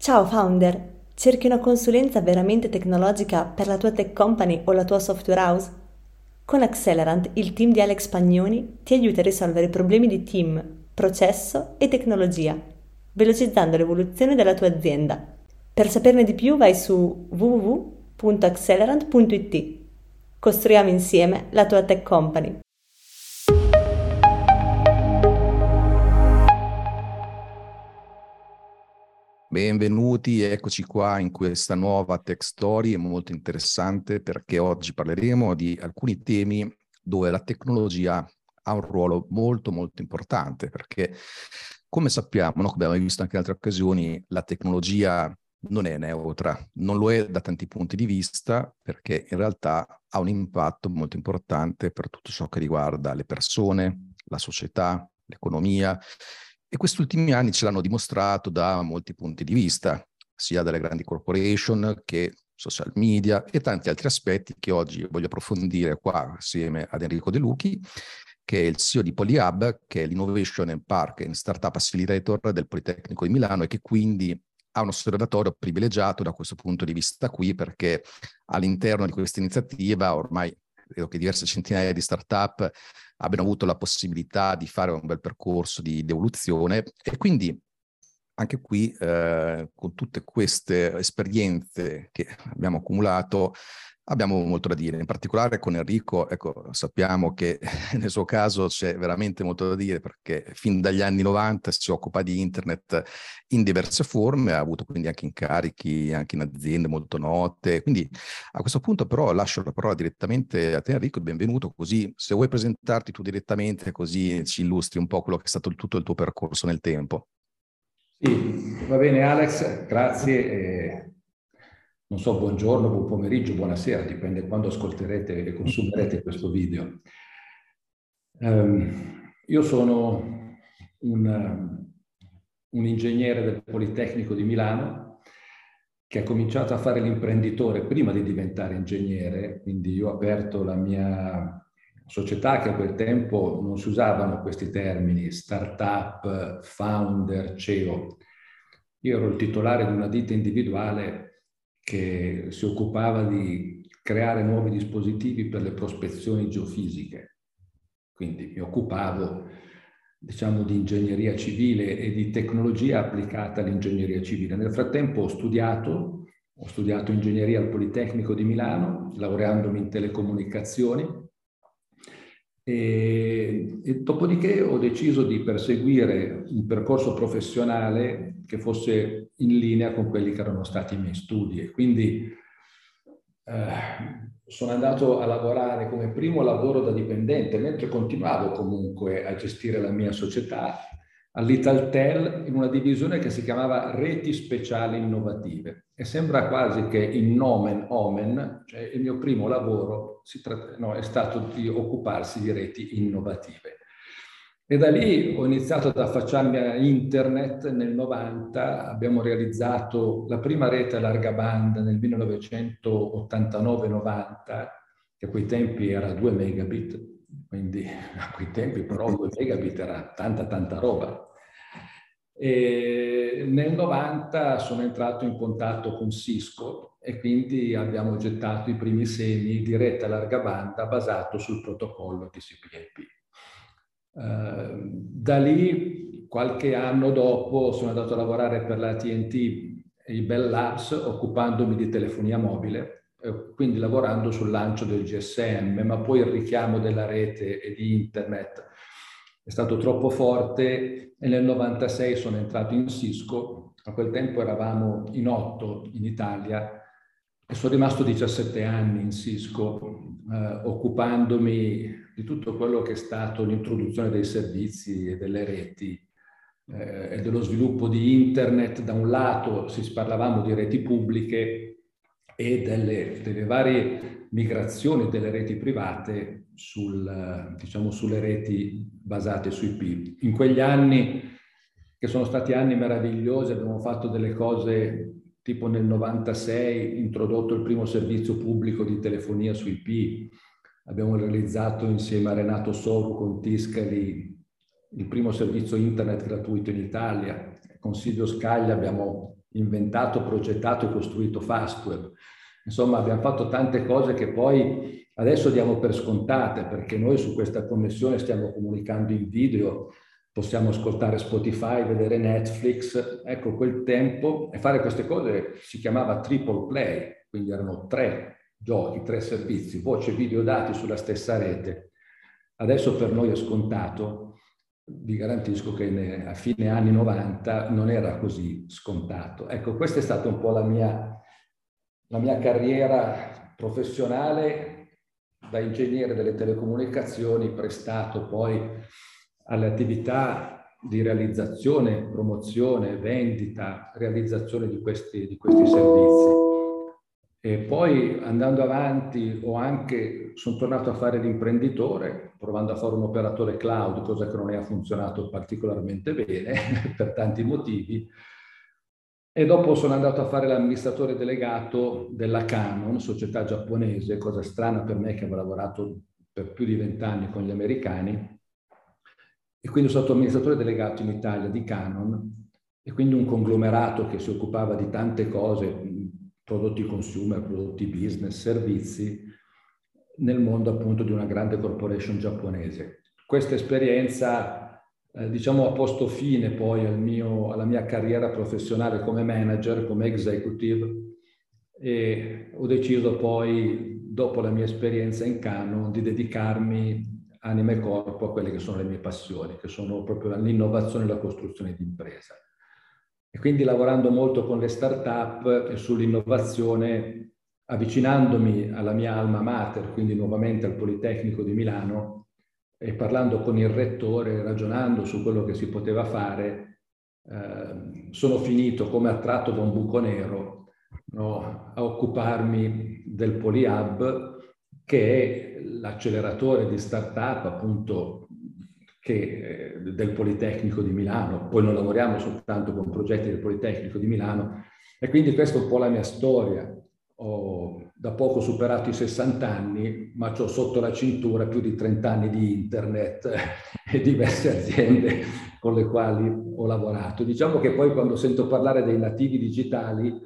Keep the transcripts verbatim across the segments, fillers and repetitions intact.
Ciao founder, cerchi una consulenza veramente tecnologica per la tua tech company o la tua software house? Con Accelerant, il team di Alex Pagnoni ti aiuta a risolvere problemi di team, processo e tecnologia, velocizzando l'evoluzione della tua azienda. Per saperne di più vai su w w w punto accelerant punto i t. Costruiamo insieme la tua tech company. Benvenuti, eccoci qua in questa nuova Tech Story, è molto interessante perché oggi parleremo di alcuni temi dove la tecnologia ha un ruolo molto molto importante, perché come sappiamo, no, come abbiamo visto anche in altre occasioni, la tecnologia non è neutra, non lo è da tanti punti di vista, perché in realtà ha un impatto molto importante per tutto ciò che riguarda le persone, la società, l'economia. E questi ultimi anni ce l'hanno dimostrato da molti punti di vista, sia dalle grandi corporation che social media e tanti altri aspetti che oggi voglio approfondire qua assieme ad Enrico De Lucchi, che è il C E O di PolyHub, che è l'Innovation and Park and Startup Facilitator del Politecnico di Milano e che quindi ha un osservatorio privilegiato da questo punto di vista qui, perché all'interno di questa iniziativa ormai credo che diverse centinaia di startup abbiano avuto la possibilità di fare un bel percorso di, di evoluzione e quindi anche qui eh, con tutte queste esperienze che abbiamo accumulato abbiamo molto da dire, in particolare con Enrico, ecco, sappiamo che nel suo caso c'è veramente molto da dire perché fin dagli anni novanta si occupa di internet in diverse forme, ha avuto quindi anche incarichi anche in aziende molto note, quindi a questo punto però lascio la parola direttamente a te Enrico, benvenuto, così se vuoi presentarti tu direttamente così ci illustri un po' quello che è stato il, tutto il tuo percorso nel tempo. Sì, va bene Alex, grazie. eh, non so, buongiorno, buon pomeriggio, buonasera, dipende quando ascolterete e consumerete questo video. Ehm, io sono un, um, un ingegnere del Politecnico di Milano che ha cominciato a fare l'imprenditore prima di diventare ingegnere, quindi io ho aperto la mia società, che a quel tempo non si usavano questi termini, startup, founder, C E O. Io ero il titolare di una ditta individuale che si occupava di creare nuovi dispositivi per le prospezioni geofisiche. Quindi mi occupavo, diciamo, di ingegneria civile e di tecnologia applicata all'ingegneria civile. Nel frattempo ho studiato, ho studiato ingegneria al Politecnico di Milano, laureandomi in telecomunicazioni, e, e dopodiché ho deciso di perseguire un percorso professionale che fosse in linea con quelli che erano stati i miei studi. E quindi eh, sono andato a lavorare come primo lavoro da dipendente, mentre continuavo comunque a gestire la mia società all'Italtel in una divisione che si chiamava Reti Speciali Innovative. E sembra quasi che in nomen omen, cioè il mio primo lavoro si tratta, no, è stato di occuparsi di reti innovative. E da lì ho iniziato ad affacciarmi a internet nel novanta, abbiamo realizzato la prima rete a larga banda nel millenovecentottantanove novanta, che a quei tempi era due megabit, quindi a quei tempi però due megabit era tanta tanta roba. E nel novanta sono entrato in contatto con Cisco e quindi abbiamo gettato i primi semi di rete a larga banda basato sul protocollo T C P I P. Uh, da lì, qualche anno dopo, sono andato a lavorare per la T N T e i Bell Labs, occupandomi di telefonia mobile, eh, quindi lavorando sul lancio del G S M, ma poi il richiamo della rete e di internet è stato troppo forte e nel novantasei sono entrato in Cisco. A quel tempo eravamo in otto in Italia e sono rimasto diciassette anni in Cisco, eh, occupandomi di tutto quello che è stato l'introduzione dei servizi e delle reti eh, e dello sviluppo di internet. Da un lato si parlavamo di reti pubbliche e delle, delle varie migrazioni delle reti private sul, diciamo, sulle reti basate sui P I B. In quegli anni, che sono stati anni meravigliosi, abbiamo fatto delle cose tipo nel novantasei, introdotto il primo servizio pubblico di telefonia sui P I. Abbiamo realizzato insieme a Renato Soru con Tiscali il primo servizio internet gratuito in Italia. Con Silvio Scaglia abbiamo inventato, progettato e costruito Fastweb. Insomma, abbiamo fatto tante cose che poi adesso diamo per scontate, perché noi su questa connessione stiamo comunicando in video, possiamo ascoltare Spotify, vedere Netflix. Ecco, quel tempo, e fare queste cose si chiamava triple play, quindi erano tre giochi, tre servizi, voce, video, dati sulla stessa rete. Adesso per noi è scontato. Vi garantisco che a fine anni novanta non era così scontato. Ecco, questa è stata un po' la mia, la mia carriera professionale da ingegnere delle telecomunicazioni, prestato poi alle attività di realizzazione, promozione, vendita, realizzazione di questi, di questi servizi. E poi andando avanti ho anche, sono tornato a fare l'imprenditore, provando a fare un operatore cloud, cosa che non è funzionato particolarmente bene per tanti motivi. E dopo sono andato a fare l'amministratore delegato della Canon, società giapponese, cosa strana per me che avevo lavorato per più di vent'anni con gli americani. E quindi sono stato amministratore delegato in Italia di Canon, e quindi un conglomerato che si occupava di tante cose, prodotti consumer, prodotti business, servizi, nel mondo appunto di una grande corporation giapponese. Questa esperienza, eh, diciamo, ha posto fine poi al mio, alla mia carriera professionale come manager, come executive, e ho deciso poi, dopo la mia esperienza in Canon, di dedicarmi anima e corpo a quelle che sono le mie passioni, che sono proprio l'innovazione e la costruzione di impresa. E quindi lavorando molto con le start-up e sull'innovazione, avvicinandomi alla mia alma mater, quindi nuovamente al Politecnico di Milano, e parlando con il rettore, ragionando su quello che si poteva fare, eh, sono finito, come attratto da un buco nero, no, a occuparmi del PolyHub, che è l'acceleratore di start-up appunto che, eh, del Politecnico di Milano. Poi non lavoriamo soltanto con progetti del Politecnico di Milano, e quindi questa è un po' la mia storia. Ho da poco superato i sessanta anni, ma ho sotto la cintura più di trenta anni di internet e diverse aziende con le quali ho lavorato. Diciamo che poi quando sento parlare dei nativi digitali,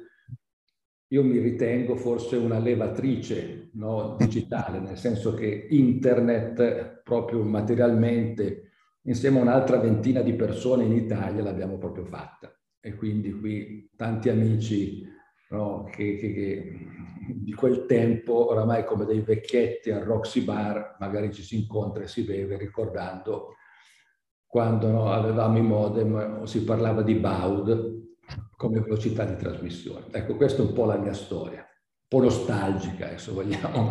io mi ritengo forse una levatrice, no, digitale, nel senso che internet proprio materialmente, insieme a un'altra ventina di persone in Italia, l'abbiamo proprio fatta. E quindi qui tanti amici, no, che, che, che di quel tempo, oramai come dei vecchietti al Roxy Bar, magari ci si incontra e si beve ricordando quando, no, avevamo i modem o si parlava di baud come velocità di trasmissione. Ecco, questa è un po' la mia storia, un po' nostalgica, se vogliamo.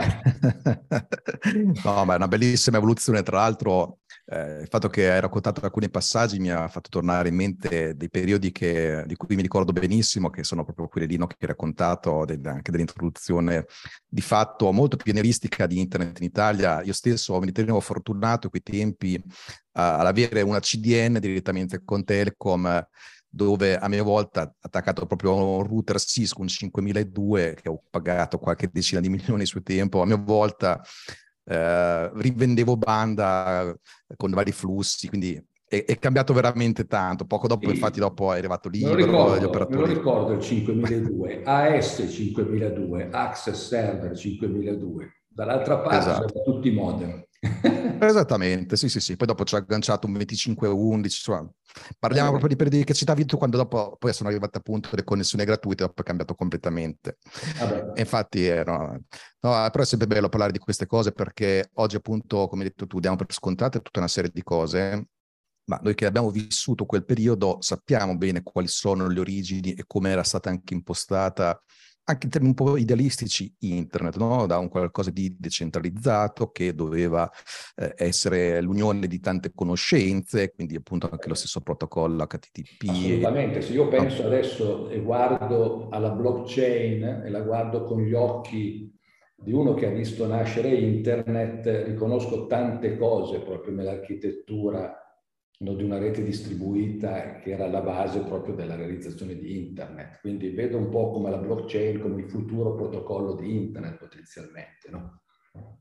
No, ma è una bellissima evoluzione. Tra l'altro, eh, il fatto che hai raccontato alcuni passaggi mi ha fatto tornare in mente dei periodi che, di cui mi ricordo benissimo, che sono proprio quelli lì, no, che hai raccontato, del, anche dell'introduzione di fatto molto pionieristica di internet in Italia. Io stesso mi ritenevo fortunato a quei tempi uh, ad avere una C D N direttamente con Telecom, dove a mia volta attaccato proprio a un router Cisco, un cinquemiladue, che ho pagato qualche decina di milioni su tempo, a mia volta eh, rivendevo banda con vari flussi, quindi è, è cambiato veramente tanto. Poco dopo, sì, infatti, dopo è arrivato Libero, me lo ricordo, gli operatori. Me lo ricordo il cinquemiladue, A S cinquemiladue, Access Server cinquemiladue, dall'altra parte esatto. C'erano tutti i modem. Esattamente, sì, sì, sì. Poi dopo ci ha agganciato un venticinque undici, insomma, parliamo eh. proprio di periodi che citavi tu, quando dopo poi sono arrivate appunto le connessioni gratuite, dopo è cambiato completamente. Vabbè. E infatti, eh, no, no, però è sempre bello parlare di queste cose, perché oggi appunto, come hai detto tu, diamo per scontate tutta una serie di cose, ma noi che abbiamo vissuto quel periodo sappiamo bene quali sono le origini e come era stata anche impostata, anche in termini un po' idealistici, internet, no? Da un qualcosa di decentralizzato che doveva eh, essere l'unione di tante conoscenze, quindi appunto anche lo stesso protocollo H T T P. Assolutamente, se io penso adesso e guardo alla blockchain e la guardo con gli occhi di uno che ha visto nascere internet, riconosco tante cose proprio nell'architettura, no, di una rete distribuita che era la base proprio della realizzazione di internet. Quindi vedo un po' come la blockchain, come il futuro protocollo di internet potenzialmente, no?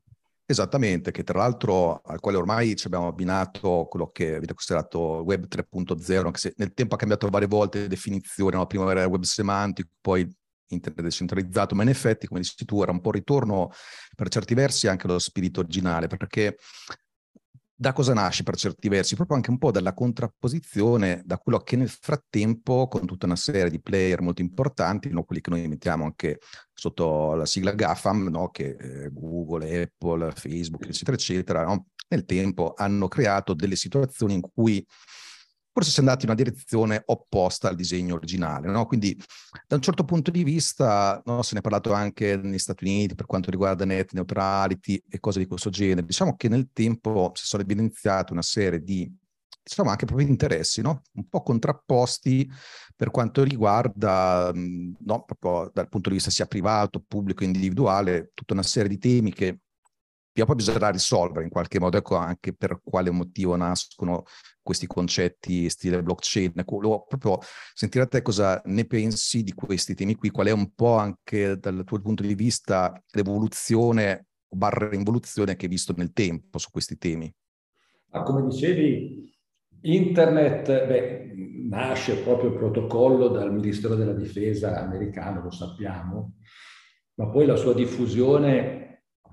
Esattamente, che tra l'altro al quale ormai ci abbiamo abbinato quello che viene considerato web tre punto zero, anche se nel tempo ha cambiato varie volte le definizioni, no? Prima era web semantico, poi internet decentralizzato, ma in effetti, come dici tu, era un po' ritorno per certi versi anche allo spirito originale, perché da cosa nasce per certi versi? Proprio anche un po' dalla contrapposizione da quello che nel frattempo, con tutta una serie di player molto importanti, no? Quelli che noi mettiamo anche sotto la sigla GAFAM, no? Che eh, Google, Apple, Facebook, eccetera, eccetera, no? Nel tempo hanno creato delle situazioni in cui forse si è andati in una direzione opposta al disegno originale, no? Quindi da un certo punto di vista, no, se ne è parlato anche negli Stati Uniti per quanto riguarda net neutrality e cose di questo genere. Diciamo che nel tempo si sono evidenziate una serie di, diciamo, anche proprio interessi, no? Un po' contrapposti per quanto riguarda, no, proprio dal punto di vista sia privato, pubblico, individuale, tutta una serie di temi che poi bisognerà risolvere in qualche modo, ecco anche per quale motivo nascono questi concetti stile blockchain. Ecco, proprio sentire a te cosa ne pensi di questi temi qui, qual è un po' anche dal tuo punto di vista l'evoluzione barra involuzione che hai visto nel tempo su questi temi. Ma come dicevi, internet, beh, nasce proprio il protocollo dal Ministero della Difesa americano, lo sappiamo, ma poi la sua diffusione,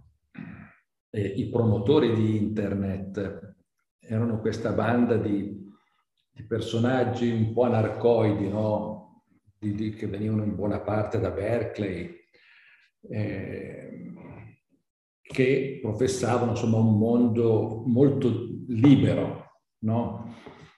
eh, i promotori di internet erano questa banda di, di personaggi un po' anarcoidi, no? Di, di, che venivano in buona parte da Berkeley, eh, che professavano insomma un mondo molto libero, no?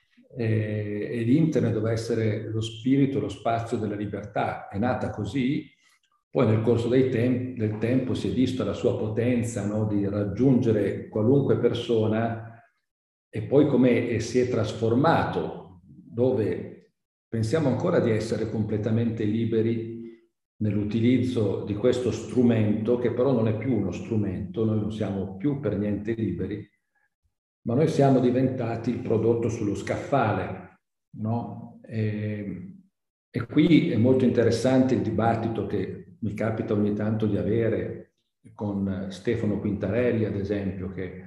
E, ed internet doveva essere lo spirito, lo spazio della libertà. È nata così, poi nel corso dei tem- del tempo si è vista la sua potenza, no? Di raggiungere qualunque persona, e poi come si è trasformato, dove pensiamo ancora di essere completamente liberi nell'utilizzo di questo strumento, che però non è più uno strumento, noi non siamo più per niente liberi, ma noi siamo diventati il prodotto sullo scaffale, no? E, e qui è molto interessante il dibattito che mi capita ogni tanto di avere con Stefano Quintarelli, ad esempio, che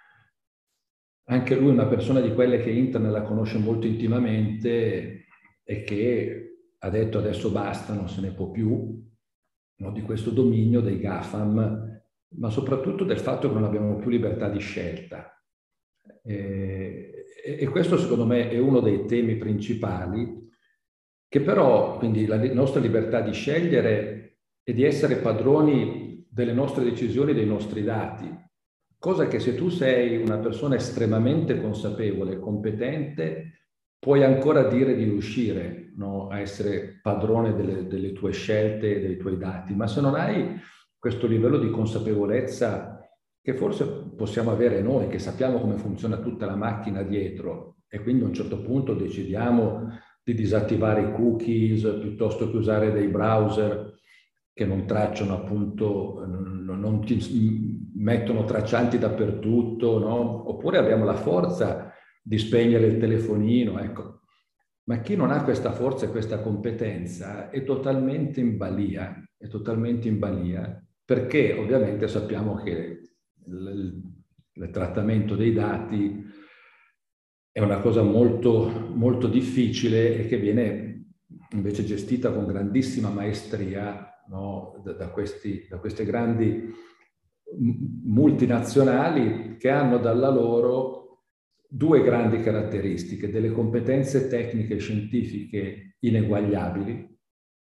anche lui è una persona di quelle che internet la conosce molto intimamente e che ha detto adesso basta, non se ne può più, no, di questo dominio dei GAFAM, ma soprattutto del fatto che non abbiamo più libertà di scelta. E, e questo secondo me è uno dei temi principali, che però, quindi la nostra libertà di scegliere e di essere padroni delle nostre decisioni, dei nostri dati, cosa che se tu sei una persona estremamente consapevole e competente, puoi ancora dire di riuscire, no, a essere padrone delle, delle tue scelte e dei tuoi dati, ma se non hai questo livello di consapevolezza che forse possiamo avere noi, che sappiamo come funziona tutta la macchina dietro, e quindi a un certo punto decidiamo di disattivare i cookies piuttosto che usare dei browser che non tracciano appunto, non, non ti mettono traccianti dappertutto, no? Oppure abbiamo la forza di spegnere il telefonino, ecco. Ma chi non ha questa forza e questa competenza è totalmente in balia, è totalmente in balia, perché ovviamente sappiamo che il, il trattamento dei dati è una cosa molto, molto difficile e che viene invece gestita con grandissima maestria, no? da, da, questi, da queste grandi multinazionali che hanno dalla loro due grandi caratteristiche: delle competenze tecniche e scientifiche ineguagliabili,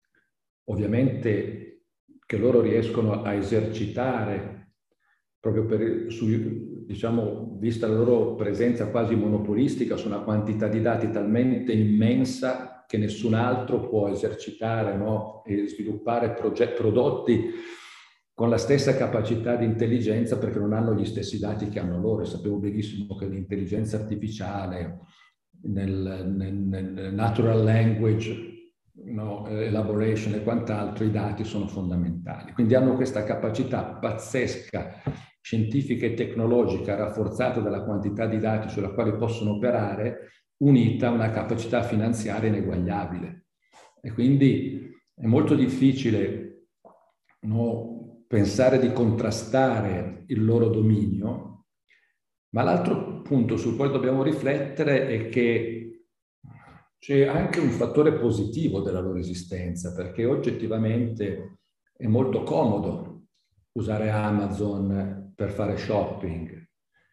ovviamente che loro riescono a esercitare proprio per, su, diciamo, vista la loro presenza quasi monopolistica su una quantità di dati talmente immensa che nessun altro può esercitare, no? E sviluppare progetti, prodotti con la stessa capacità di intelligenza, perché non hanno gli stessi dati che hanno loro. E sapevo benissimo che l'intelligenza artificiale, nel, nel, nel natural language, no, elaboration e quant'altro, i dati sono fondamentali. Quindi hanno questa capacità pazzesca, scientifica e tecnologica, rafforzata dalla quantità di dati sulla quale possono operare, unita a una capacità finanziaria ineguagliabile. E quindi è molto difficile, no, pensare di contrastare il loro dominio, ma l'altro punto sul quale dobbiamo riflettere è che c'è anche un fattore positivo della loro esistenza, perché oggettivamente è molto comodo usare Amazon per fare shopping,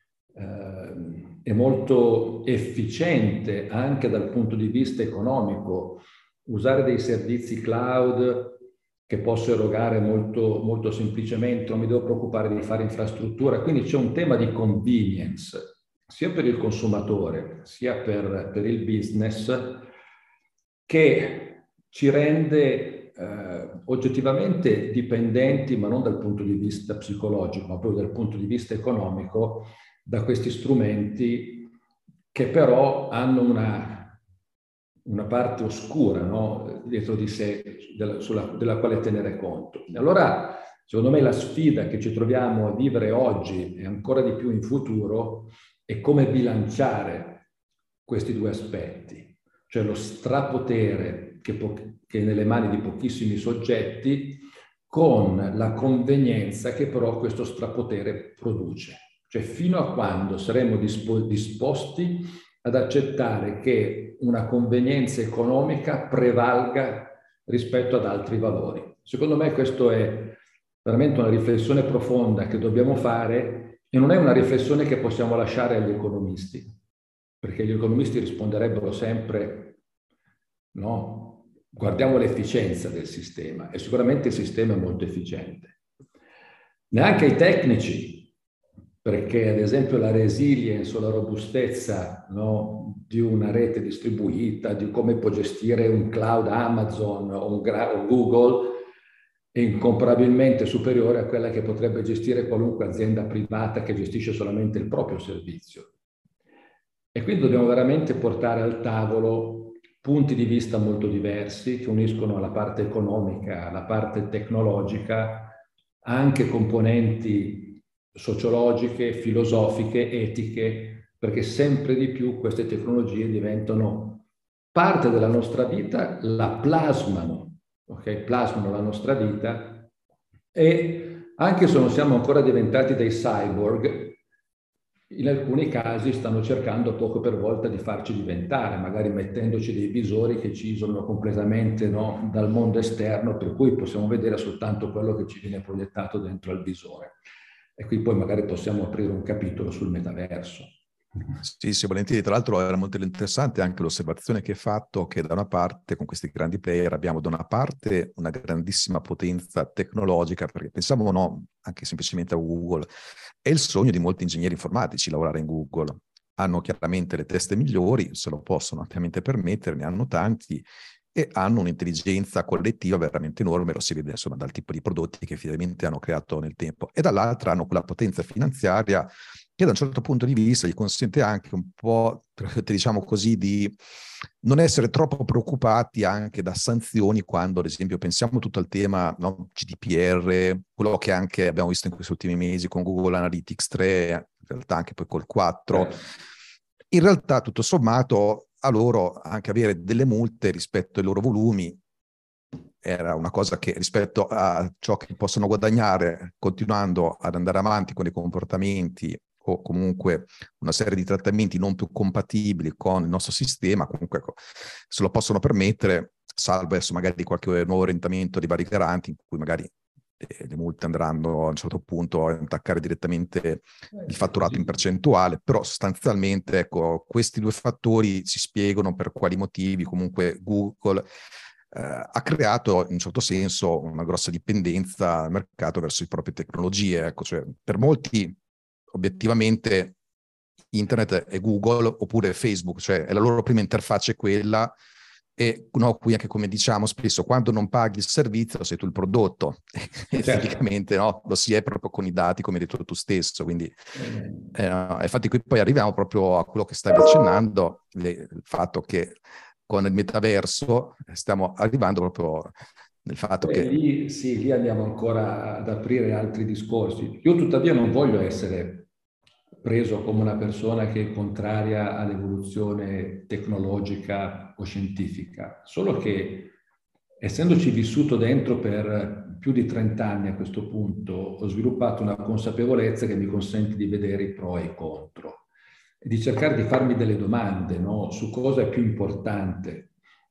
eh, è molto efficiente anche dal punto di vista economico usare dei servizi cloud che posso erogare molto, molto semplicemente, non mi devo preoccupare di fare infrastruttura, quindi c'è un tema di convenience, sia per il consumatore, sia per, per il business, che ci rende eh, oggettivamente dipendenti, ma non dal punto di vista psicologico, ma proprio dal punto di vista economico, da questi strumenti che però hanno una una parte oscura, no? Dietro di sé, della, sulla, della quale tenere conto. Allora, secondo me, la sfida che ci troviamo a vivere oggi e ancora di più in futuro è come bilanciare questi due aspetti, cioè lo strapotere che, che è nelle mani di pochissimi soggetti con la convenienza che però questo strapotere produce. Cioè, fino a quando saremo dispo- disposti ad accettare che una convenienza economica prevalga rispetto ad altri valori. Secondo me questo è veramente una riflessione profonda che dobbiamo fare e non è una riflessione che possiamo lasciare agli economisti, perché gli economisti risponderebbero sempre no, guardiamo l'efficienza del sistema e sicuramente il sistema è molto efficiente. Neanche i tecnici, perché ad esempio la resilience o la robustezza no, di una rete distribuita, di come può gestire un cloud Amazon o, un o Google, è incomparabilmente superiore a quella che potrebbe gestire qualunque azienda privata che gestisce solamente il proprio servizio. E quindi dobbiamo veramente portare al tavolo punti di vista molto diversi che uniscono la parte economica, la parte tecnologica, anche componenti sociologiche, filosofiche, etiche, perché sempre di più queste tecnologie diventano parte della nostra vita, la plasmano, ok? Plasmano la nostra vita e anche se non siamo ancora diventati dei cyborg, in alcuni casi stanno cercando poco per volta di farci diventare, magari mettendoci dei visori che ci isolano completamente no, dal mondo esterno, per cui possiamo vedere soltanto quello che ci viene proiettato dentro al visore. E qui poi magari possiamo aprire un capitolo sul metaverso. Sì, sì, volentieri. Tra l'altro era molto interessante anche l'osservazione che hai fatto che da una parte con questi grandi player abbiamo da una parte una grandissima potenza tecnologica, perché pensiamo no, anche semplicemente a Google, è il sogno di molti ingegneri informatici lavorare in Google. Hanno chiaramente le teste migliori, se lo possono ampiamente permettere, ne hanno tanti e hanno un'intelligenza collettiva veramente enorme, lo si vede insomma dal tipo di prodotti che finalmente hanno creato nel tempo. E dall'altra hanno quella potenza finanziaria che da un certo punto di vista gli consente anche un po', diciamo così, di non essere troppo preoccupati anche da sanzioni quando, ad esempio, pensiamo tutto al tema no, G D P R, quello che anche abbiamo visto in questi ultimi mesi con Google Analytics tre, in realtà anche poi col quattro. In realtà, tutto sommato, a loro anche avere delle multe rispetto ai loro volumi era una cosa che rispetto a ciò che possono guadagnare continuando ad andare avanti con i comportamenti o comunque una serie di trattamenti non più compatibili con il nostro sistema, comunque se lo possono permettere, salvo adesso magari qualche nuovo orientamento di vari garanti in cui magari le multe andranno a un certo punto a intaccare direttamente il fatturato in percentuale, però sostanzialmente ecco, questi due fattori si spiegano per quali motivi comunque Google eh, ha creato in un certo senso una grossa dipendenza al mercato verso le proprie tecnologie. Ecco, cioè, per molti obiettivamente internet è Google oppure Facebook, cioè è la loro prima interfaccia è quella. E no, qui anche come diciamo spesso, quando non paghi il servizio sei tu il prodotto, e certo. Tipicamente no, lo si è proprio con i dati come hai detto tu stesso, quindi eh, no, infatti qui poi arriviamo proprio a quello che stavi accennando, le, il fatto che con il metaverso stiamo arrivando proprio nel fatto Beh, che... Lì, sì, lì andiamo ancora ad aprire altri discorsi. Io tuttavia non voglio essere preso come una persona che è contraria all'evoluzione tecnologica o scientifica, solo che essendoci vissuto dentro per più più di trenta anni a questo punto, ho sviluppato una consapevolezza che mi consente di vedere i pro e i contro e di cercare di farmi delle domande, no, su cosa è più importante.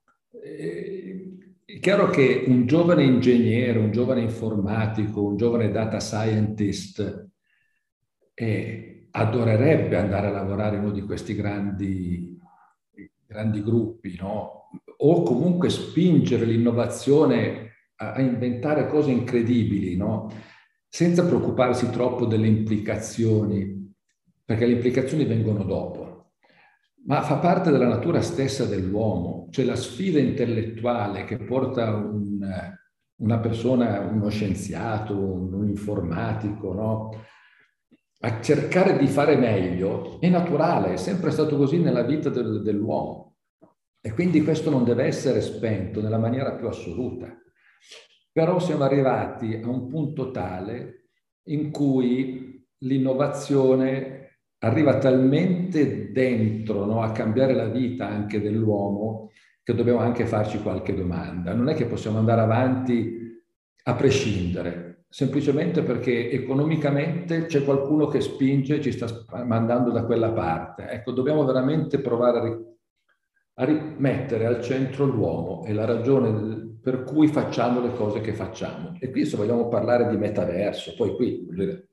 È chiaro che un giovane ingegnere, un giovane informatico, un giovane data scientist eh, adorerebbe andare a lavorare in uno di questi grandi, grandi gruppi, no? O comunque spingere l'innovazione a, a inventare cose incredibili, no? Senza preoccuparsi troppo delle implicazioni, perché le implicazioni vengono dopo. Ma fa parte della natura stessa dell'uomo, cioè la sfida intellettuale che porta un, una persona, uno scienziato, un, un informatico, no? A cercare di fare meglio, è naturale, è sempre stato così nella vita del, dell'uomo. E quindi questo non deve essere spento nella maniera più assoluta. Però siamo arrivati a un punto tale in cui l'innovazione arriva talmente dentro, no, a cambiare la vita anche dell'uomo, che dobbiamo anche farci qualche domanda. Non è che possiamo andare avanti a prescindere, semplicemente perché economicamente c'è qualcuno che spinge, ci sta mandando da quella parte. Ecco, dobbiamo veramente provare a, ri- a rimettere al centro l'uomo e la ragione per cui facciamo le cose che facciamo. E qui se vogliamo parlare di metaverso, poi qui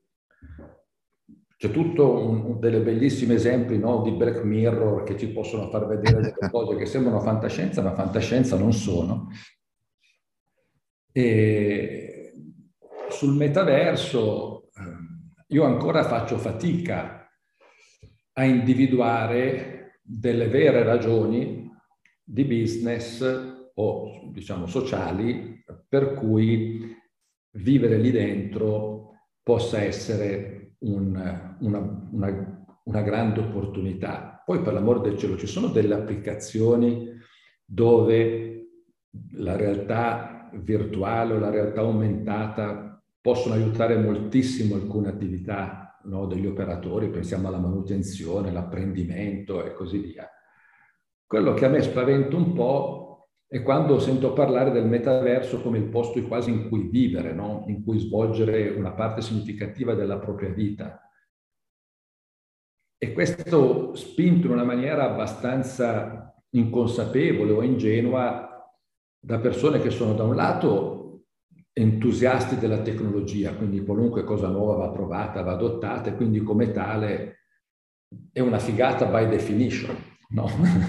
c'è tutto un, un delle bellissimi esempi, no, di Black Mirror che ci possono far vedere delle cose che sembrano fantascienza, ma fantascienza non sono. E sul metaverso io ancora faccio fatica a individuare delle vere ragioni di business o, diciamo, sociali per cui vivere lì dentro possa essere un, una, una, una grande opportunità. Poi, per l'amor del cielo, ci sono delle applicazioni dove la realtà virtuale o la realtà aumentata possono aiutare moltissimo alcune attività, no, degli operatori, pensiamo alla manutenzione, l'apprendimento e così via. Quello che a me spaventa un po' è quando sento parlare del metaverso come il posto quasi in cui vivere, no? In cui svolgere una parte significativa della propria vita. E questo spinto in una maniera abbastanza inconsapevole o ingenua da persone che sono da un lato entusiasti della tecnologia, quindi qualunque cosa nuova va provata, va adottata, e quindi come tale è una figata by definition, no?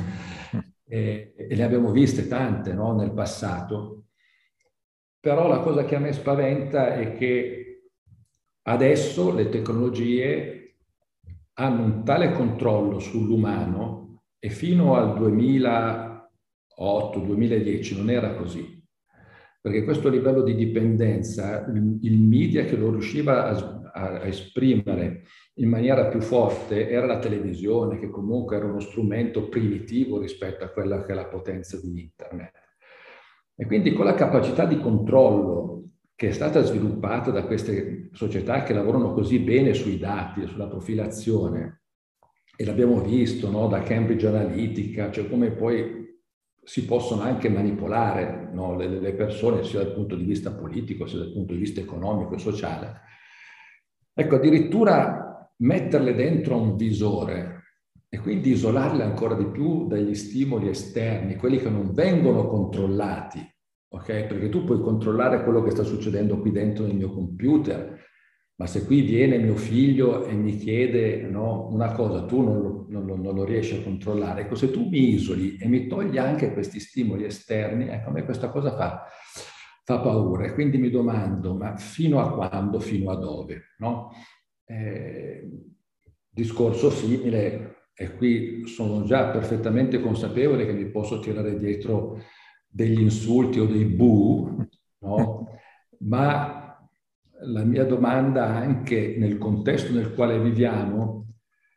e, e ne abbiamo viste tante, no, nel passato. Però la cosa che a me spaventa è che adesso le tecnologie hanno un tale controllo sull'umano, e fino al duemilaotto duemiladieci non era così. Perché questo livello di dipendenza, il, il media che lo riusciva a, a, a esprimere in maniera più forte era la televisione, che comunque era uno strumento primitivo rispetto a quella che è la potenza di internet. E quindi con la capacità di controllo che è stata sviluppata da queste società che lavorano così bene sui dati, sulla profilazione, e l'abbiamo visto, no, da Cambridge Analytica, cioè come poi si possono anche manipolare, no, le, le persone sia dal punto di vista politico sia dal punto di vista economico e sociale. Ecco, addirittura metterle dentro un visore e quindi isolarle ancora di più dagli stimoli esterni, quelli che non vengono controllati, ok? Perché tu puoi controllare quello che sta succedendo qui dentro nel mio computer, ma se qui viene mio figlio e mi chiede, no, una cosa, tu non lo, non, lo, non lo riesci a controllare. Ecco, se tu mi isoli e mi togli anche questi stimoli esterni, ecco, a me questa cosa fa, fa paura. E quindi mi domando, ma fino a quando, fino a dove? No? Eh, discorso simile, e qui sono già perfettamente consapevole che mi posso tirare dietro degli insulti o dei bu, no? Ma la mia domanda, anche nel contesto nel quale viviamo,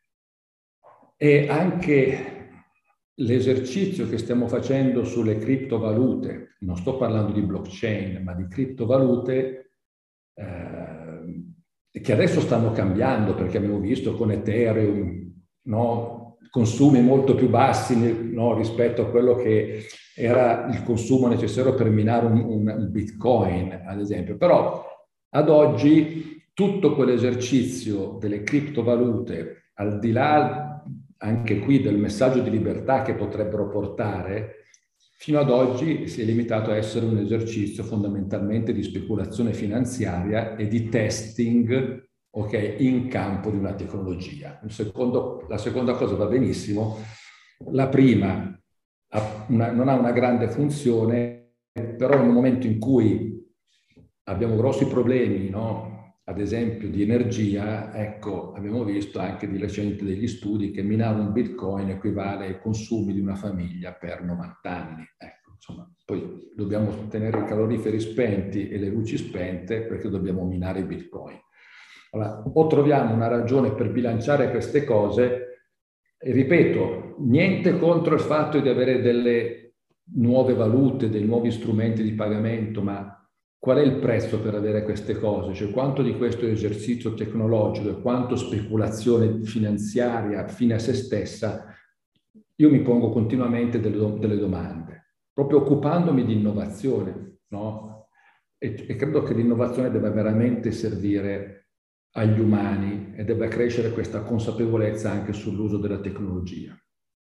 è anche l'esercizio che stiamo facendo sulle criptovalute. Non sto parlando di blockchain, ma di criptovalute eh, che adesso stanno cambiando, perché abbiamo visto con Ethereum, no, consumi molto più bassi, no, rispetto a quello che era il consumo necessario per minare un, un, un Bitcoin, ad esempio. Però ad oggi tutto quell'esercizio delle criptovalute, al di là anche qui del messaggio di libertà che potrebbero portare, fino ad oggi si è limitato a essere un esercizio fondamentalmente di speculazione finanziaria e di testing, ok, in campo di una tecnologia. Il secondo, la seconda cosa va benissimo. La prima ha una, non ha una grande funzione, però nel momento in cui abbiamo grossi problemi, no? Ad esempio di energia, ecco, abbiamo visto anche di recente degli studi che minare un Bitcoin equivale ai consumi di una famiglia per novanta anni. Ecco, insomma, poi dobbiamo tenere i caloriferi spenti e le luci spente perché dobbiamo minare i Bitcoin. Allora, o troviamo una ragione per bilanciare queste cose, e ripeto, niente contro il fatto di avere delle nuove valute, dei nuovi strumenti di pagamento, ma qual è il prezzo per avere queste cose? Cioè quanto di questo è esercizio tecnologico e quanto speculazione finanziaria fine a se stessa? Io mi pongo continuamente delle, delle domande, proprio occupandomi di innovazione, no? E, e credo che l'innovazione debba veramente servire agli umani e debba crescere questa consapevolezza anche sull'uso della tecnologia.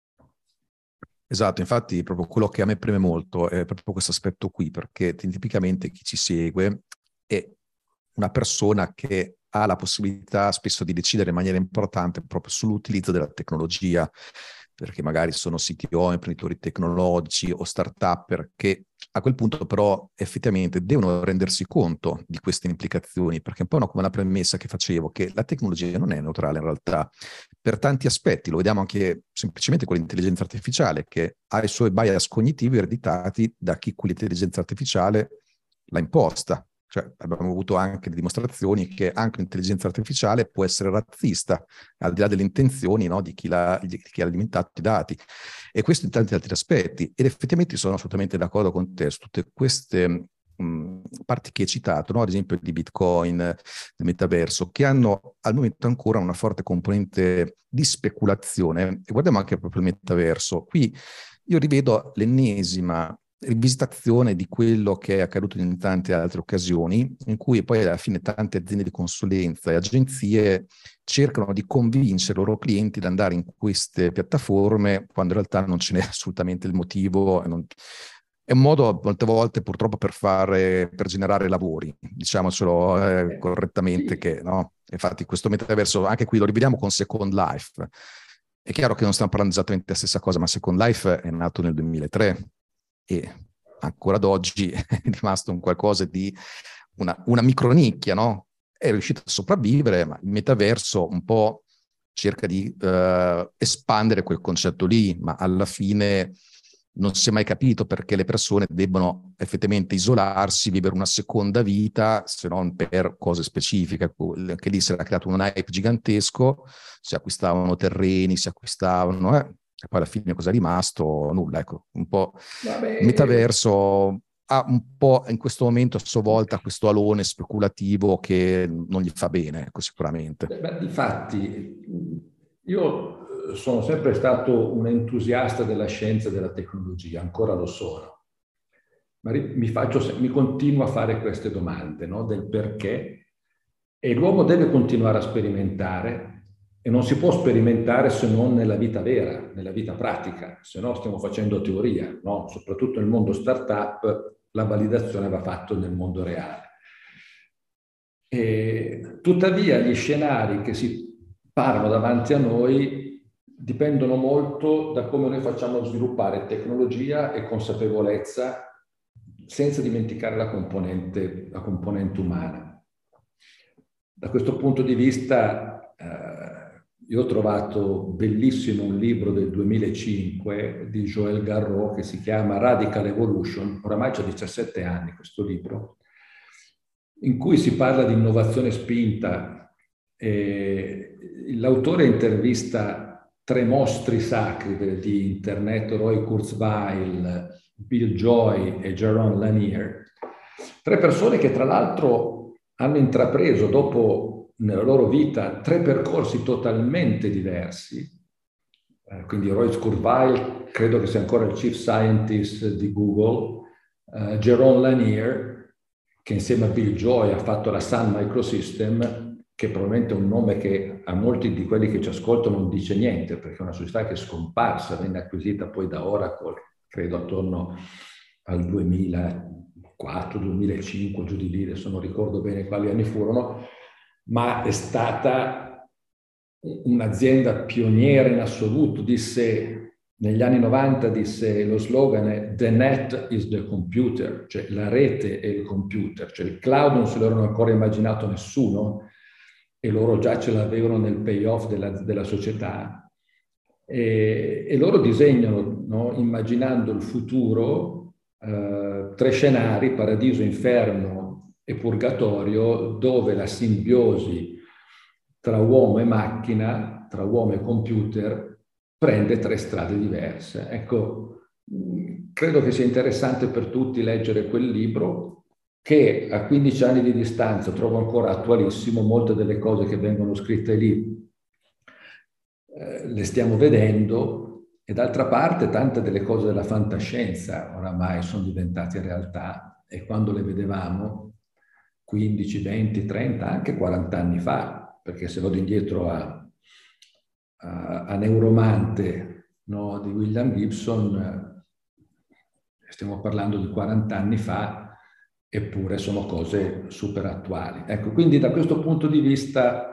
Esatto, infatti proprio quello che a me preme molto è proprio questo aspetto qui, perché tipicamente chi ci segue è una persona che ha la possibilità spesso di decidere in maniera importante proprio sull'utilizzo della tecnologia, perché magari sono C T O, imprenditori tecnologici o start-up che a quel punto però effettivamente devono rendersi conto di queste implicazioni, perché è un po' come una premessa che facevo, che la tecnologia non è neutrale in realtà per tanti aspetti. Lo vediamo anche semplicemente con l'intelligenza artificiale, che ha i suoi bias cognitivi ereditati da chi quell'intelligenza artificiale l'ha imposta. Cioè, abbiamo avuto anche le dimostrazioni che anche l'intelligenza artificiale può essere razzista, al di là delle intenzioni, no, di chi, l'ha, di chi ha alimentato i dati. E questo in tanti altri aspetti. Ed effettivamente sono assolutamente d'accordo con te su tutte queste mh, parti che hai citato, no? Ad esempio di Bitcoin, del metaverso, che hanno al momento ancora una forte componente di speculazione. E guardiamo anche proprio il metaverso. Qui io rivedo l'ennesima rivisitazione di quello che è accaduto in tante altre occasioni, in cui poi alla fine tante aziende di consulenza e agenzie cercano di convincere i loro clienti ad andare in queste piattaforme quando in realtà non ce n'è assolutamente il motivo. Non... È un modo molte volte purtroppo per fare, per generare lavori, diciamocelo eh, correttamente, che no? Infatti questo metaverso, anche qui lo rivediamo con Second Life. È chiaro che non stiamo parlando esattamente della stessa cosa, ma Second Life è nato nel duemilatré. E ancora ad oggi è rimasto un qualcosa di una, una micronicchia, no? È riuscito a sopravvivere, ma il metaverso un po' cerca di uh, espandere quel concetto lì, ma alla fine non si è mai capito perché le persone debbano effettivamente isolarsi, vivere una seconda vita, se non per cose specifiche. Anche lì si era creato un hype gigantesco, si acquistavano terreni, si acquistavano... Eh, e poi alla fine cosa è rimasto? Nulla, ecco, un po' il metaverso ha un po' in questo momento a sua volta questo alone speculativo che non gli fa bene, ecco, sicuramente. Beh, difatti, io sono sempre stato un entusiasta della scienza e della tecnologia, ancora lo sono, ma mi, faccio, mi continuo a fare queste domande, no? Del perché, e l'uomo deve continuare a sperimentare. E non si può sperimentare se non nella vita vera, nella vita pratica, se no stiamo facendo teoria, no? Soprattutto nel mondo startup la validazione va fatta nel mondo reale. E, tuttavia gli scenari che si parlano davanti a noi dipendono molto da come noi facciamo sviluppare tecnologia e consapevolezza senza dimenticare la componente, la componente umana. Da questo punto di vista eh, io ho trovato bellissimo un libro del duemilacinque di Joël Garreau che si chiama Radical Evolution, oramai c'ha diciassette anni questo libro, in cui si parla di innovazione spinta. E l'autore intervista tre mostri sacri di internet, Roy Kurzweil, Bill Joy e Jaron Lanier, tre persone che tra l'altro hanno intrapreso dopo nella loro vita tre percorsi totalmente diversi, eh, quindi Roy Kurzweil, credo che sia ancora il chief scientist di Google, eh, Jerome Lanier, che insieme a Bill Joy ha fatto la Sun Microsystem, che probabilmente è un nome che a molti di quelli che ci ascoltano non dice niente, perché è una società che è scomparsa, venne acquisita poi da Oracle, credo attorno al duemilaquattro duemilacinque, giù di lì, adesso non ricordo bene quali anni furono, ma è stata un'azienda pioniera in assoluto. Disse, negli anni novanta disse, lo slogan è "The net is the computer", cioè la rete è il computer, cioè il cloud non se l'erano ancora immaginato nessuno e loro già ce l'avevano nel payoff della, della società. E, e loro disegnano, no, immaginando il futuro, eh, tre scenari: paradiso, inferno e purgatorio, dove la simbiosi tra uomo e macchina, tra uomo e computer, prende tre strade diverse. Ecco, credo che sia interessante per tutti leggere quel libro, che a quindici anni di distanza trovo ancora attualissimo. Molte delle cose che vengono scritte lì eh, le stiamo vedendo, e d'altra parte tante delle cose della fantascienza oramai sono diventate realtà, e quando le vedevamo quindici, venti, trenta, anche quaranta anni fa, perché se vado indietro a, a, a Neuromante, no, di William Gibson, eh, stiamo parlando di quaranta anni fa, eppure sono cose super attuali. Ecco, quindi da questo punto di vista,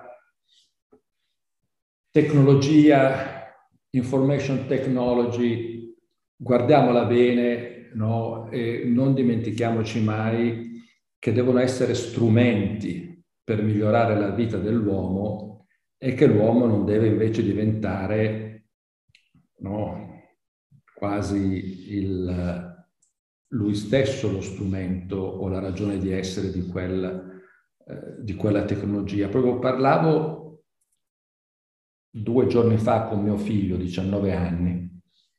tecnologia, information technology, guardiamola bene, no? E non dimentichiamoci mai che devono essere strumenti per migliorare la vita dell'uomo, e che l'uomo non deve invece diventare, no, quasi il, lui stesso lo strumento o la ragione di essere di, quel, eh, di quella tecnologia. Proprio parlavo due giorni fa con mio figlio, diciannove anni,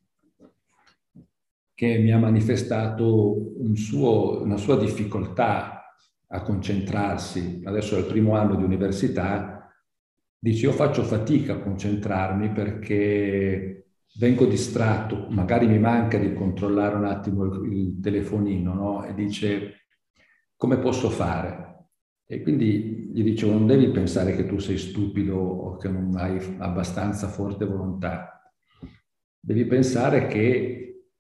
che mi ha manifestato un suo, una sua difficoltà a concentrarsi. Adesso è il primo anno di università. Dice: io faccio fatica a concentrarmi perché vengo distratto, magari mi manca di controllare un attimo il, il telefonino, no? E dice: come posso fare? E quindi gli dicevo: non devi pensare che tu sei stupido o che non hai abbastanza forte volontà. Devi pensare che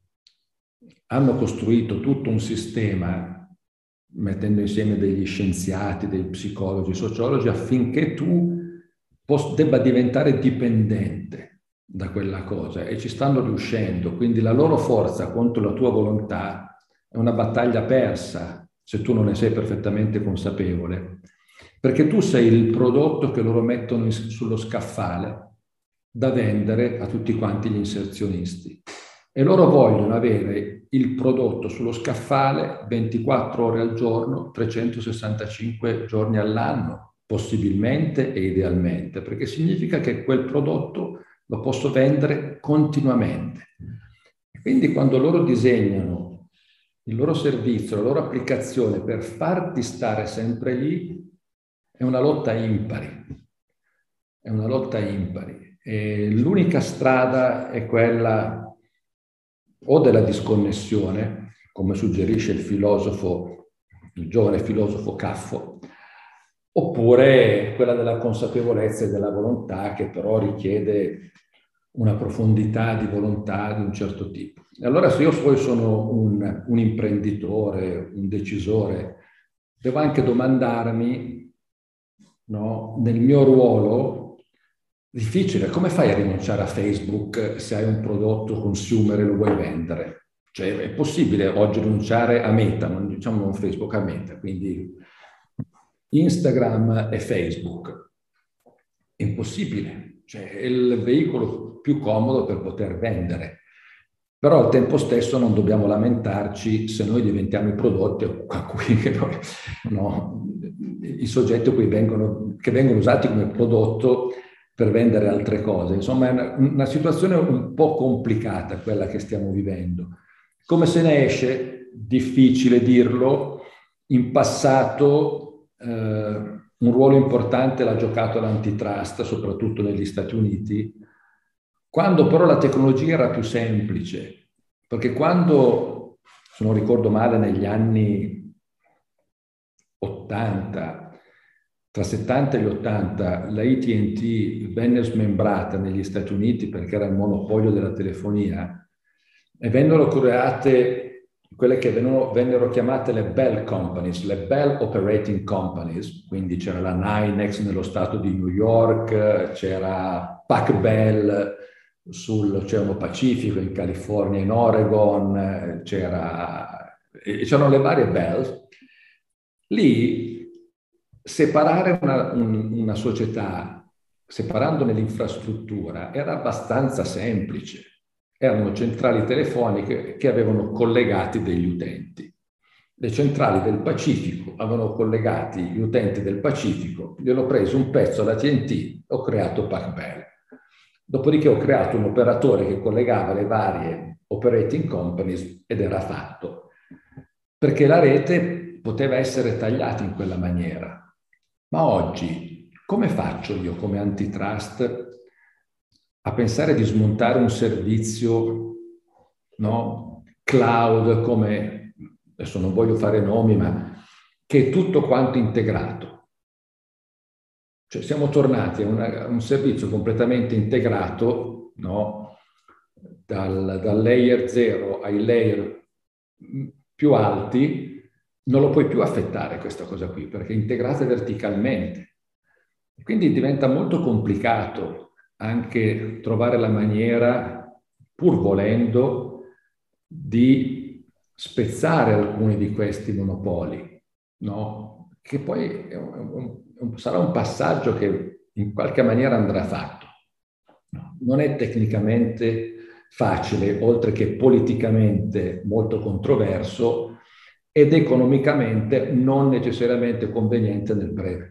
hanno costruito tutto un sistema, mettendo insieme degli scienziati, dei psicologi, sociologi, affinché tu debba diventare dipendente da quella cosa, e ci stanno riuscendo. Quindi la loro forza contro la tua volontà è una battaglia persa, se tu non ne sei perfettamente consapevole, perché tu sei il prodotto che loro mettono in, sullo scaffale da vendere a tutti quanti gli inserzionisti, e loro vogliono avere il prodotto sullo scaffale ventiquattro ore al giorno, trecentosessantacinque giorni all'anno, possibilmente e idealmente, perché significa che quel prodotto lo posso vendere continuamente. Quindi quando loro disegnano il loro servizio, la loro applicazione per farti stare sempre lì, è una lotta impari. È una lotta impari. E l'unica strada è quella o della disconnessione, come suggerisce il filosofo, il giovane filosofo Caffo, oppure quella della consapevolezza e della volontà, che però richiede una profondità di volontà di un certo tipo. E allora, se io poi sono un, un imprenditore, un decisore, devo anche domandarmi, no, nel mio ruolo, difficile, come fai a rinunciare a Facebook se hai un prodotto consumer e lo vuoi vendere? Cioè, è possibile oggi rinunciare a Meta, non diciamo non Facebook, a Meta, quindi Instagram e Facebook. È impossibile, cioè è il veicolo più comodo per poter vendere. Però al tempo stesso non dobbiamo lamentarci se noi diventiamo i prodotti a cui, no, i soggetti a cui vengono, che vengono usati come prodotto per vendere altre cose. Insomma, è una, una situazione un po' complicata quella che stiamo vivendo. Come se ne esce? Difficile dirlo. In passato eh, un ruolo importante l'ha giocato l'antitrust, soprattutto negli Stati Uniti, Quando però la tecnologia era più semplice, perché quando, se non ricordo male, negli anni ottanta, tra settanta e gli ottanta, la A T and T venne smembrata negli Stati Uniti perché era il monopolio della telefonia e vennero create quelle che vennero, vennero chiamate le Bell Companies, le Bell Operating Companies, quindi c'era la Nynex nello stato di New York, c'era Pac Bell sull'Oceano Pacifico, in California, in Oregon, c'era, c'erano le varie Bell. Lì separare una, un, una società, separandone l'infrastruttura, era abbastanza semplice. Erano centrali telefoniche che avevano collegati degli utenti. Le centrali del Pacifico avevano collegati gli utenti del Pacifico, gli ho preso un pezzo alla A T and T, ho creato Pac Bell. Dopodiché ho creato un operatore che collegava le varie operating companies ed era fatto. Perché la rete poteva essere tagliata in quella maniera. Ma oggi, come faccio io come antitrust a pensare di smontare un servizio, no, cloud come, adesso non voglio fare nomi, ma che è tutto quanto integrato? Cioè siamo tornati a, una, a un servizio completamente integrato, no, dal, dal layer zero ai layer più alti. Non lo puoi più affettare questa cosa qui, perché è integrata verticalmente. Quindi diventa molto complicato anche trovare la maniera, pur volendo, di spezzare alcuni di questi monopoli, no? Che poi è un, un, sarà un passaggio che in qualche maniera andrà fatto. No? Non è tecnicamente facile, oltre che politicamente molto controverso, ed economicamente non necessariamente conveniente nel breve.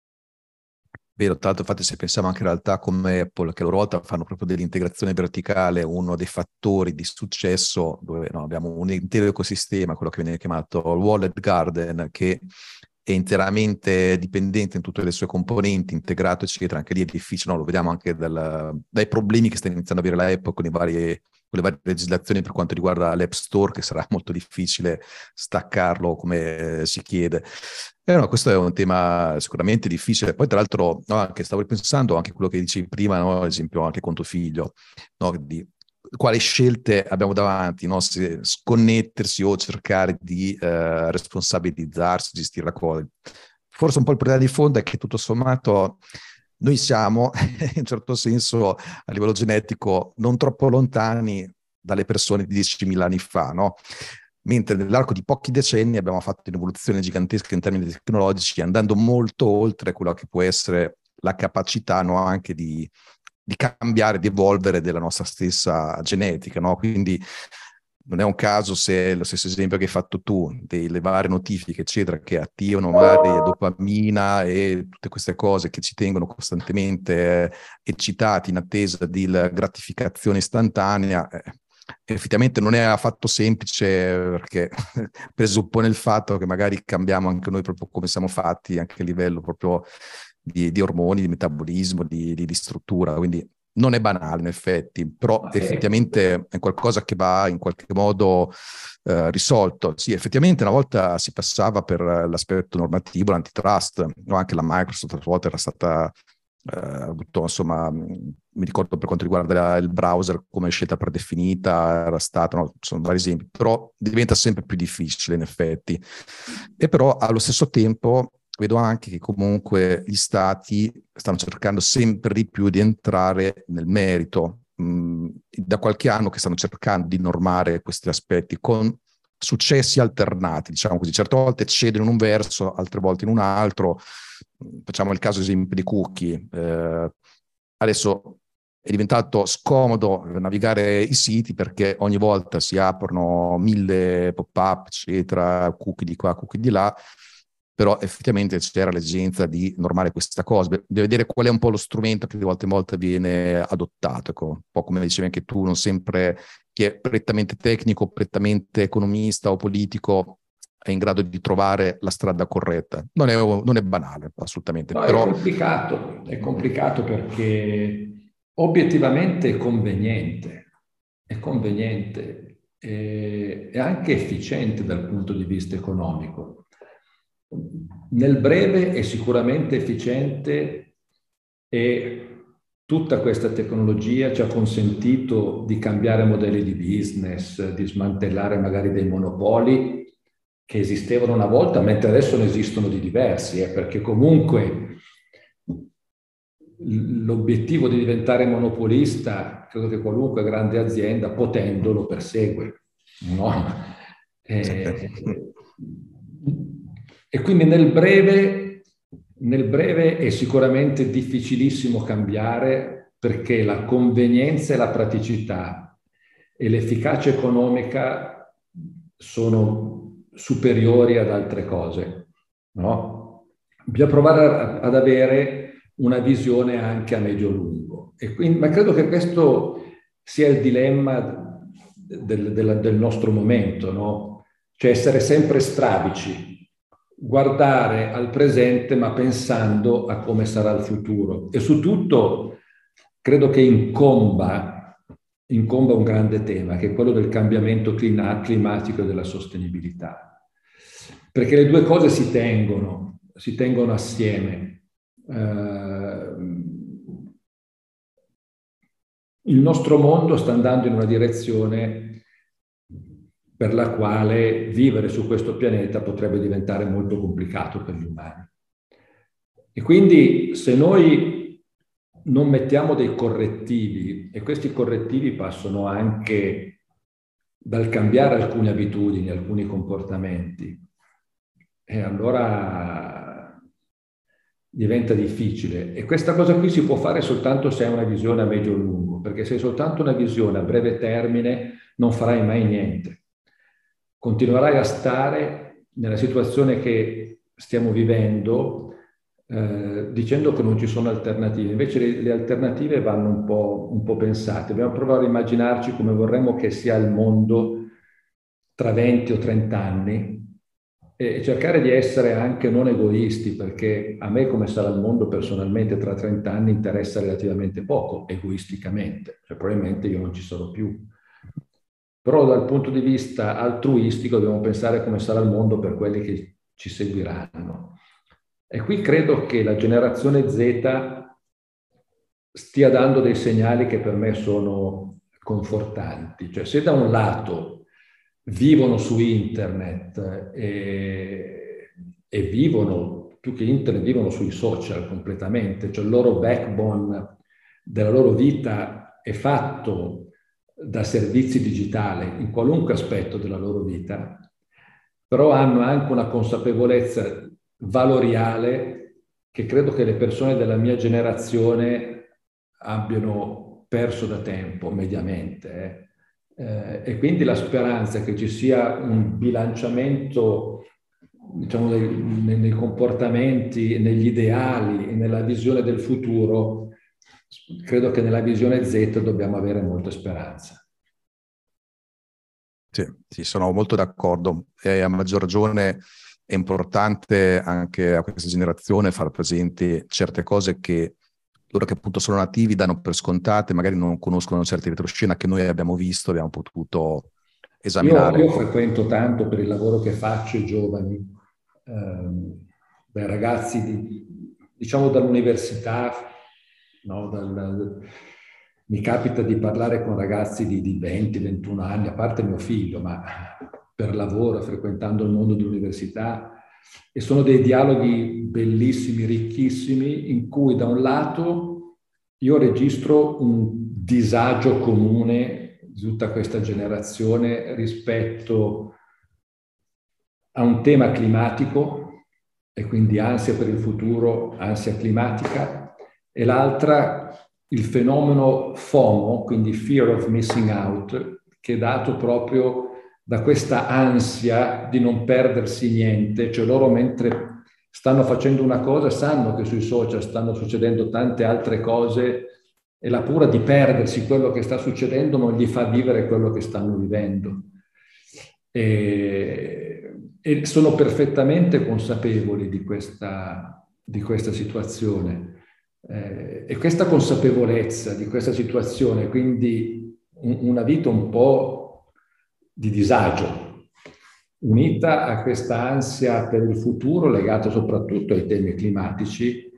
Vero, tra l'altro infatti se pensiamo anche in realtà come Apple, che a loro volta fanno proprio dell'integrazione verticale uno dei fattori di successo, dove no, abbiamo un intero ecosistema, quello che viene chiamato il Walled Garden, che è interamente dipendente in tutte le sue componenti, integrato eccetera. Anche lì è difficile, no? Lo vediamo anche dal, dai problemi che sta iniziando ad avere la Apple con i vari... con le varie legislazioni per quanto riguarda l'App Store, che sarà molto difficile staccarlo come si chiede. Eh no, questo è un tema sicuramente difficile. Poi tra l'altro, no, anche stavo ripensando anche quello che dicevi prima, no, ad esempio anche con tuo figlio, no, di quali scelte abbiamo davanti, no? Se sconnettersi o cercare di eh, responsabilizzarsi, gestire la cosa. Forse un po' il problema di fondo è che tutto sommato noi siamo, in un certo senso, a livello genetico, non troppo lontani dalle persone di diecimila anni fa, no? Mentre nell'arco di pochi decenni abbiamo fatto un'evoluzione gigantesca in termini tecnologici, andando molto oltre quello che può essere la capacità, no, anche di, di cambiare, di evolvere della nostra stessa genetica, no? Quindi non è un caso se lo stesso esempio che hai fatto tu, delle varie notifiche, eccetera, che attivano magari dopamina e tutte queste cose che ci tengono costantemente eh, eccitati in attesa di gratificazione istantanea. Eh, effettivamente non è affatto semplice, perché presuppone il fatto che magari cambiamo anche noi proprio come siamo fatti, anche a livello proprio di, di ormoni, di metabolismo, di, di, di struttura, quindi non è banale in effetti, però okay. Effettivamente è qualcosa che va in qualche modo eh, risolto. Sì, effettivamente una volta si passava per l'aspetto normativo, l'antitrust, no? Anche la Microsoft a volte era stata, eh, avuto, insomma, mi ricordo per quanto riguarda la, il browser come scelta predefinita, era stata, no? Sono vari esempi, però diventa sempre più difficile in effetti. E però allo stesso tempo vedo anche che comunque gli stati stanno cercando sempre di più di entrare nel merito. Mh, da qualche anno che stanno cercando di normare questi aspetti con successi alternati, diciamo così. Certe volte cedono in un verso, altre volte in un altro. Facciamo il caso esempio di cookie. Eh, adesso è diventato scomodo navigare i siti perché ogni volta si aprono mille pop-up, eccetera, cookie di qua, cookie di là. Però effettivamente c'era l'esigenza di normare questa cosa, di vedere qual è un po' lo strumento che di volta in volta viene adottato. Ecco, un po' come dicevi anche tu, non sempre chi è prettamente tecnico, prettamente economista o politico è in grado di trovare la strada corretta. Non è, non è banale, assolutamente. No, però... è complicato, è complicato perché obiettivamente è conveniente, è conveniente e è anche efficiente dal punto di vista economico. Nel breve è sicuramente efficiente e tutta questa tecnologia ci ha consentito di cambiare modelli di business, di smantellare magari dei monopoli che esistevano una volta, mentre adesso ne esistono di diversi, eh, perché comunque l'obiettivo di diventare monopolista, credo che qualunque grande azienda, potendo, lo persegue, no? E, e quindi nel breve, nel breve è sicuramente difficilissimo cambiare, perché la convenienza e la praticità e l'efficacia economica sono superiori ad altre cose, no? Bisogna provare ad avere una visione anche a medio-lungo. E quindi, ma credo che questo sia il dilemma del, del, del nostro momento, no? Cioè essere sempre strabici, guardare al presente ma pensando a come sarà il futuro. E su tutto credo che incomba, incomba un grande tema, che è quello del cambiamento climatico e della sostenibilità. Perché le due cose si tengono, si tengono assieme. Uh, il nostro mondo sta andando in una direzione per la quale vivere su questo pianeta potrebbe diventare molto complicato per gli umani. E quindi se noi non mettiamo dei correttivi, e questi correttivi passano anche dal cambiare alcune abitudini, alcuni comportamenti, e allora diventa difficile. E questa cosa qui si può fare soltanto se hai una visione a medio-lungo, perché se hai soltanto una visione a breve termine non farai mai niente. Continuerai a stare nella situazione che stiamo vivendo eh, dicendo che non ci sono alternative. Invece le, le alternative vanno un po', un po' pensate. Dobbiamo provare a immaginarci come vorremmo che sia il mondo tra venti o trenta anni, e cercare di essere anche non egoisti, perché a me come sarà il mondo personalmente tra trenta anni interessa relativamente poco, egoisticamente, cioè probabilmente io non ci sarò più. Però dal punto di vista altruistico dobbiamo pensare come sarà il mondo per quelli che ci seguiranno. E qui credo che la generazione Z stia dando dei segnali che per me sono confortanti. Cioè, se da un lato vivono su internet e, e vivono, più che internet, vivono sui social completamente, cioè il loro backbone della loro vita è fatto da servizi digitali in qualunque aspetto della loro vita, però hanno anche una consapevolezza valoriale che credo che le persone della mia generazione abbiano perso da tempo, mediamente, eh. Eh, e quindi la speranza che ci sia un bilanciamento, diciamo, nei, nei comportamenti, negli ideali e nella visione del futuro, credo che nella visione Z dobbiamo avere molta speranza. Sì, sì, sono molto d'accordo. E a maggior ragione è importante anche a questa generazione far presente certe cose che loro che appunto sono nativi danno per scontate, magari non conoscono certe retroscena che noi abbiamo visto, abbiamo potuto esaminare. Io, io frequento tanto, per il lavoro che faccio, i giovani, ehm, dai ragazzi, di, diciamo dall'università, no? Dal, mi capita di parlare con ragazzi di, di venti ventuno anni, a parte mio figlio, ma per lavoro, frequentando il mondo dell'università, e sono dei dialoghi bellissimi, ricchissimi, in cui da un lato io registro un disagio comune di tutta questa generazione rispetto a un tema climatico, e quindi ansia per il futuro, ansia climatica, e l'altra il fenomeno FOMO, quindi Fear of Missing Out, che è dato proprio da questa ansia di non perdersi niente, cioè loro mentre stanno facendo una cosa sanno che sui social stanno succedendo tante altre cose e la paura di perdersi quello che sta succedendo non gli fa vivere quello che stanno vivendo. E, e sono perfettamente consapevoli di questa, di questa situazione. Eh, e questa consapevolezza di questa situazione, quindi un, una vita un po' di disagio, unita a questa ansia per il futuro legata soprattutto ai temi climatici,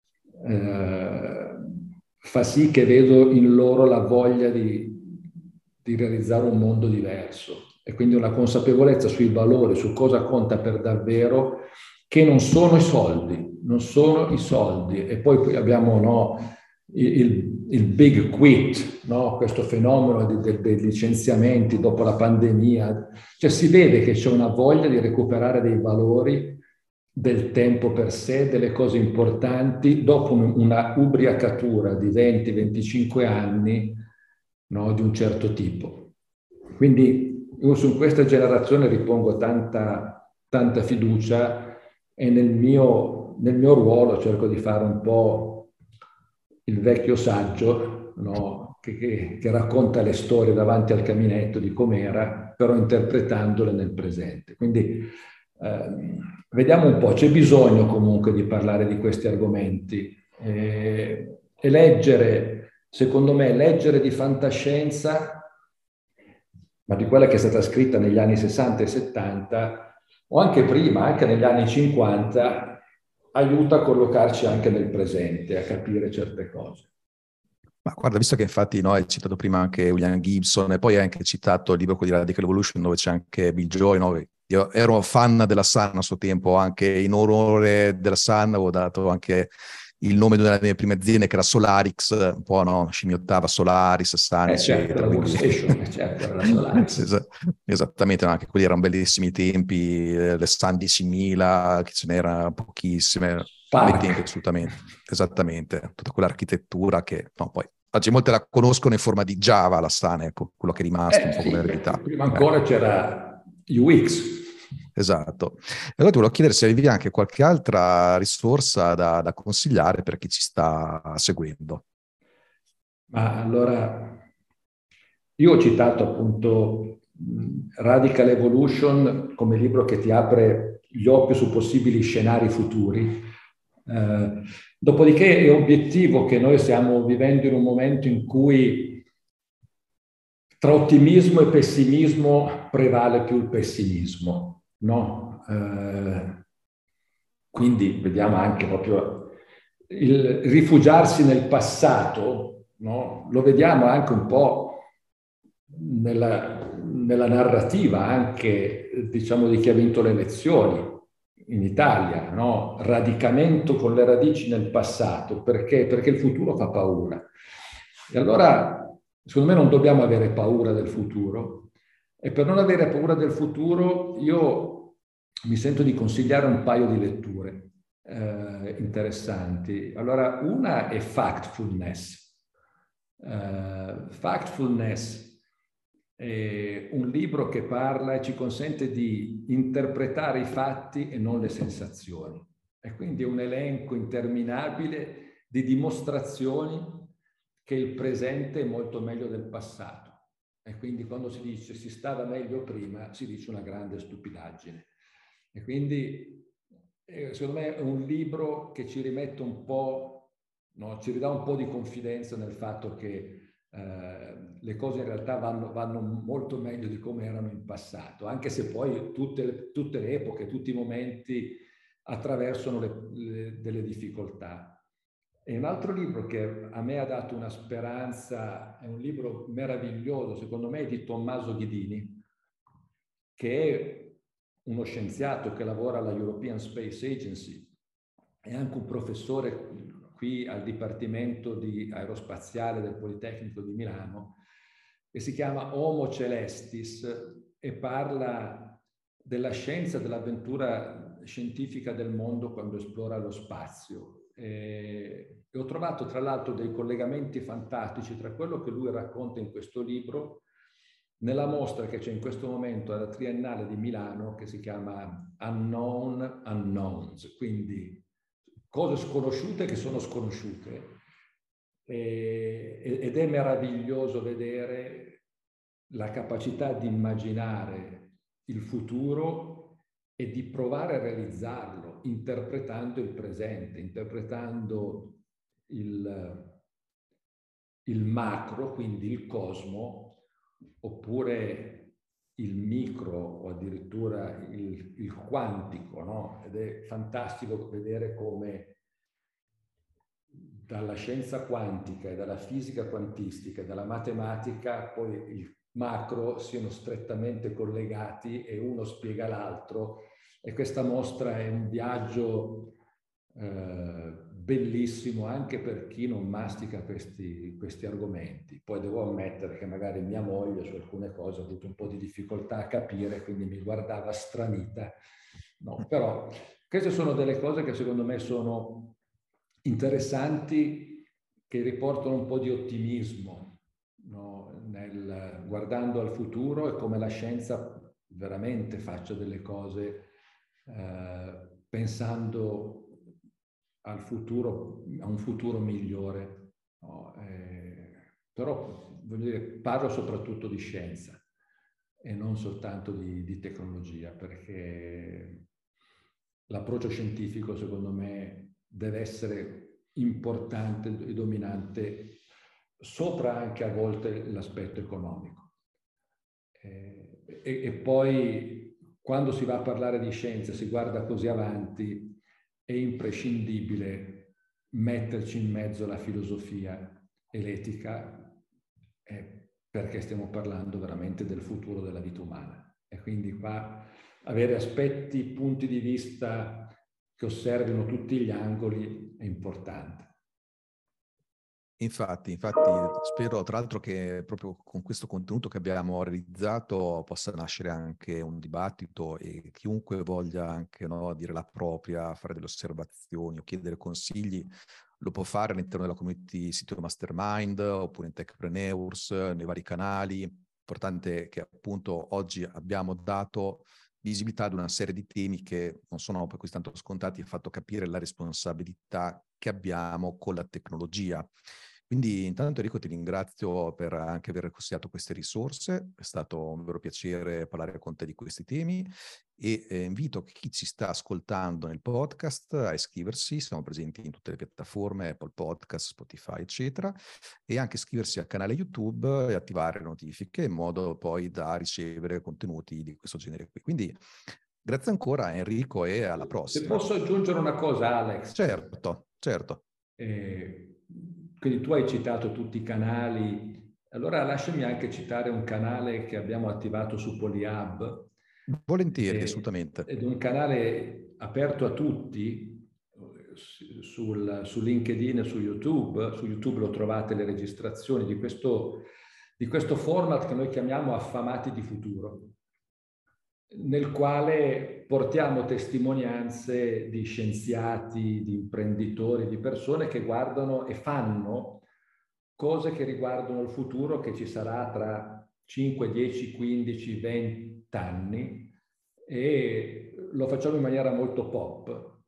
eh, fa sì che vedo in loro la voglia di, di realizzare un mondo diverso, e quindi una consapevolezza sui valori, su cosa conta per davvero, che non sono i soldi, non sono i soldi. E poi abbiamo, no, il, il big quit, no? Questo fenomeno di, de, dei licenziamenti dopo la pandemia. Cioè si vede che c'è una voglia di recuperare dei valori, del tempo per sé, delle cose importanti, dopo una ubriacatura di venti venticinque anni, no, di un certo tipo. Quindi io su questa generazione ripongo tanta, tanta fiducia, e nel mio, nel mio ruolo cerco di fare un po' il vecchio saggio, no, che, che, che racconta le storie davanti al caminetto di com'era, però interpretandole nel presente. Quindi eh, vediamo un po', c'è bisogno comunque di parlare di questi argomenti, eh, e leggere, secondo me, leggere di fantascienza, ma di quella che è stata scritta negli anni sessanta e settanta, o anche prima, anche negli anni cinquanta, aiuta a collocarci anche nel presente, a capire certe cose. Ma guarda, visto che infatti no, hai citato prima anche William Gibson, e poi hai anche citato il libro di Radical Evolution, dove c'è anche Bill Joy, no? Io ero fan della Sun a suo tempo, anche in onore della Sun avevo dato anche il nome di una delle mie prime aziende, che era Solarix, un po', no, scimmiottava Solaris, Sun, Eh certo, eccetera. la Quindi... workstation, certo, era la Solaris. Es- esattamente, no, anche quelli erano bellissimi tempi, eh, le Sun diecimila, che ce n'erano pochissime, bei tempi assolutamente, esattamente, tutta quell'architettura che, no, poi oggi molte la conoscono in forma di Java, la Sun, ecco, quello che è rimasto Eh, un po' sì, come eredità. prima ancora Eh. c'era U X. Esatto. E allora ti volevo chiedere se avevi anche qualche altra risorsa da, da consigliare per chi ci sta seguendo. Ma allora, io ho citato appunto Radical Evolution come libro che ti apre gli occhi su possibili scenari futuri. Eh, dopodiché è obiettivo che noi stiamo vivendo in un momento in cui tra ottimismo e pessimismo prevale più il pessimismo, no? Eh, quindi vediamo anche proprio il rifugiarsi nel passato, no? Lo vediamo anche un po' nella, nella narrativa anche, diciamo, di chi ha vinto le elezioni in Italia, no? Radicamento con le radici nel passato. Perché? Perché il futuro fa paura. E allora, secondo me, non dobbiamo avere paura del futuro, e per non avere paura del futuro io mi sento di consigliare un paio di letture eh, interessanti. Allora, una è Factfulness. Uh, Factfulness è un libro che parla e ci consente di interpretare i fatti e non le sensazioni. E quindi è un elenco interminabile di dimostrazioni che il presente è molto meglio del passato. E quindi quando si dice si stava meglio prima, si dice una grande stupidaggine. E quindi eh, secondo me è un libro che ci rimette un po', no, ci ridà un po' di confidenza nel fatto che eh, le cose in realtà vanno, vanno molto meglio di come erano in passato, anche se poi tutte le, tutte le epoche, tutti i momenti attraversano le, le, delle difficoltà. E un altro libro che a me ha dato una speranza, è un libro meraviglioso, secondo me, è di Tommaso Ghidini, che è uno scienziato che lavora alla European Space Agency, è anche un professore qui al Dipartimento di Aerospaziale del Politecnico di Milano, e si chiama Homo Celestis e parla della scienza, dell'avventura scientifica del mondo quando esplora lo spazio. E ho trovato tra l'altro dei collegamenti fantastici tra quello che lui racconta in questo libro nella mostra che c'è in questo momento alla Triennale di Milano, che si chiama Unknown Unknowns, quindi cose sconosciute che sono sconosciute. E, ed è meraviglioso vedere la capacità di immaginare il futuro e di provare a realizzarlo, interpretando il presente, interpretando il, il macro, quindi il cosmo, oppure il micro o addirittura il, il quantico, no? Ed è fantastico vedere come dalla scienza quantica e dalla fisica quantistica e dalla matematica poi il macro siano strettamente collegati e uno spiega l'altro, e questa mostra è un viaggio eh, bellissimo anche per chi non mastica questi, questi argomenti. Poi devo ammettere che magari mia moglie su alcune cose ha avuto un po' di difficoltà a capire, quindi mi guardava stranita. No, però queste sono delle cose che secondo me sono interessanti, che riportano un po' di ottimismo, no? Nel, guardando al futuro e come la scienza veramente faccia delle cose eh, pensando al futuro, a un futuro migliore. No? Eh, però voglio dire, parlo soprattutto di scienza e non soltanto di, di tecnologia, perché l'approccio scientifico secondo me deve essere importante e dominante, sopra anche a volte l'aspetto economico. Eh, e, e poi quando si va a parlare di scienza, si guarda così avanti, è imprescindibile metterci in mezzo la filosofia e l'etica, eh, perché stiamo parlando veramente del futuro della vita umana. E quindi qua avere aspetti, punti di vista che osservino tutti gli angoli è importante. Infatti, infatti, spero tra l'altro che proprio con questo contenuto che abbiamo realizzato possa nascere anche un dibattito, e chiunque voglia anche, no, dire la propria, fare delle osservazioni o chiedere consigli, lo può fare all'interno della community Sito Mastermind oppure in Techpreneurs, nei vari canali. L'importante è che appunto oggi abbiamo dato visibilità ad una serie di temi che non sono per così tanto scontati, e fatto capire la responsabilità che abbiamo con la tecnologia. Quindi intanto Enrico ti ringrazio per anche aver consigliato queste risorse, è stato un vero piacere parlare con te di questi temi, e eh, invito chi ci sta ascoltando nel podcast a iscriversi, siamo presenti in tutte le piattaforme, Apple Podcast, Spotify eccetera, e anche iscriversi al canale YouTube e attivare le notifiche in modo poi da ricevere contenuti di questo genere qui. Quindi grazie ancora Enrico e alla prossima. Se posso aggiungere una cosa, Alex. Certo, certo. Eh, quindi tu hai citato tutti i canali, allora lasciami anche citare un canale che abbiamo attivato su PolyHub. Volentieri, eh, assolutamente. Ed è un canale aperto a tutti, sul, su LinkedIn e su YouTube. Su YouTube lo trovate le registrazioni di questo, di questo format che noi chiamiamo Affamati di Futuro, nel quale portiamo testimonianze di scienziati, di imprenditori, di persone che guardano e fanno cose che riguardano il futuro che ci sarà tra cinque, dieci, quindici, venti anni, e lo facciamo in maniera molto pop,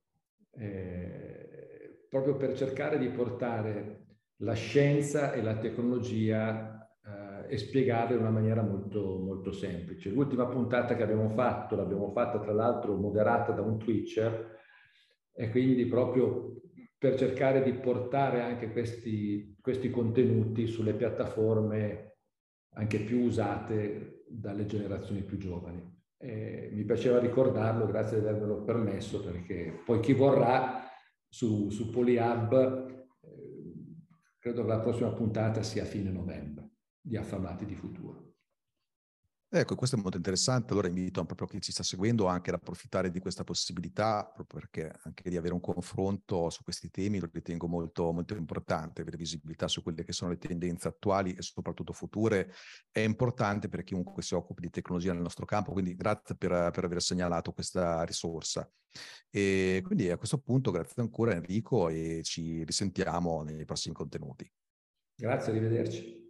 eh, proprio per cercare di portare la scienza e la tecnologia e spiegarle in una maniera molto, molto semplice. L'ultima puntata che abbiamo fatto, l'abbiamo fatta tra l'altro moderata da un Twitcher, e quindi proprio per cercare di portare anche questi, questi contenuti sulle piattaforme anche più usate dalle generazioni più giovani. E mi piaceva ricordarlo, grazie di avermelo permesso, perché poi chi vorrà su, su PolyHub, eh, credo che la prossima puntata sia a fine novembre, di Affamati di Futuro. Ecco, questo è molto interessante, allora invito proprio chi ci sta seguendo anche ad approfittare di questa possibilità, proprio perché anche di avere un confronto su questi temi lo ritengo molto, molto importante. Avere visibilità su quelle che sono le tendenze attuali e soprattutto future è importante per chiunque si occupi di tecnologia nel nostro campo, quindi grazie per, per aver segnalato questa risorsa. E quindi a questo punto grazie ancora Enrico, e ci risentiamo nei prossimi contenuti. Grazie, arrivederci.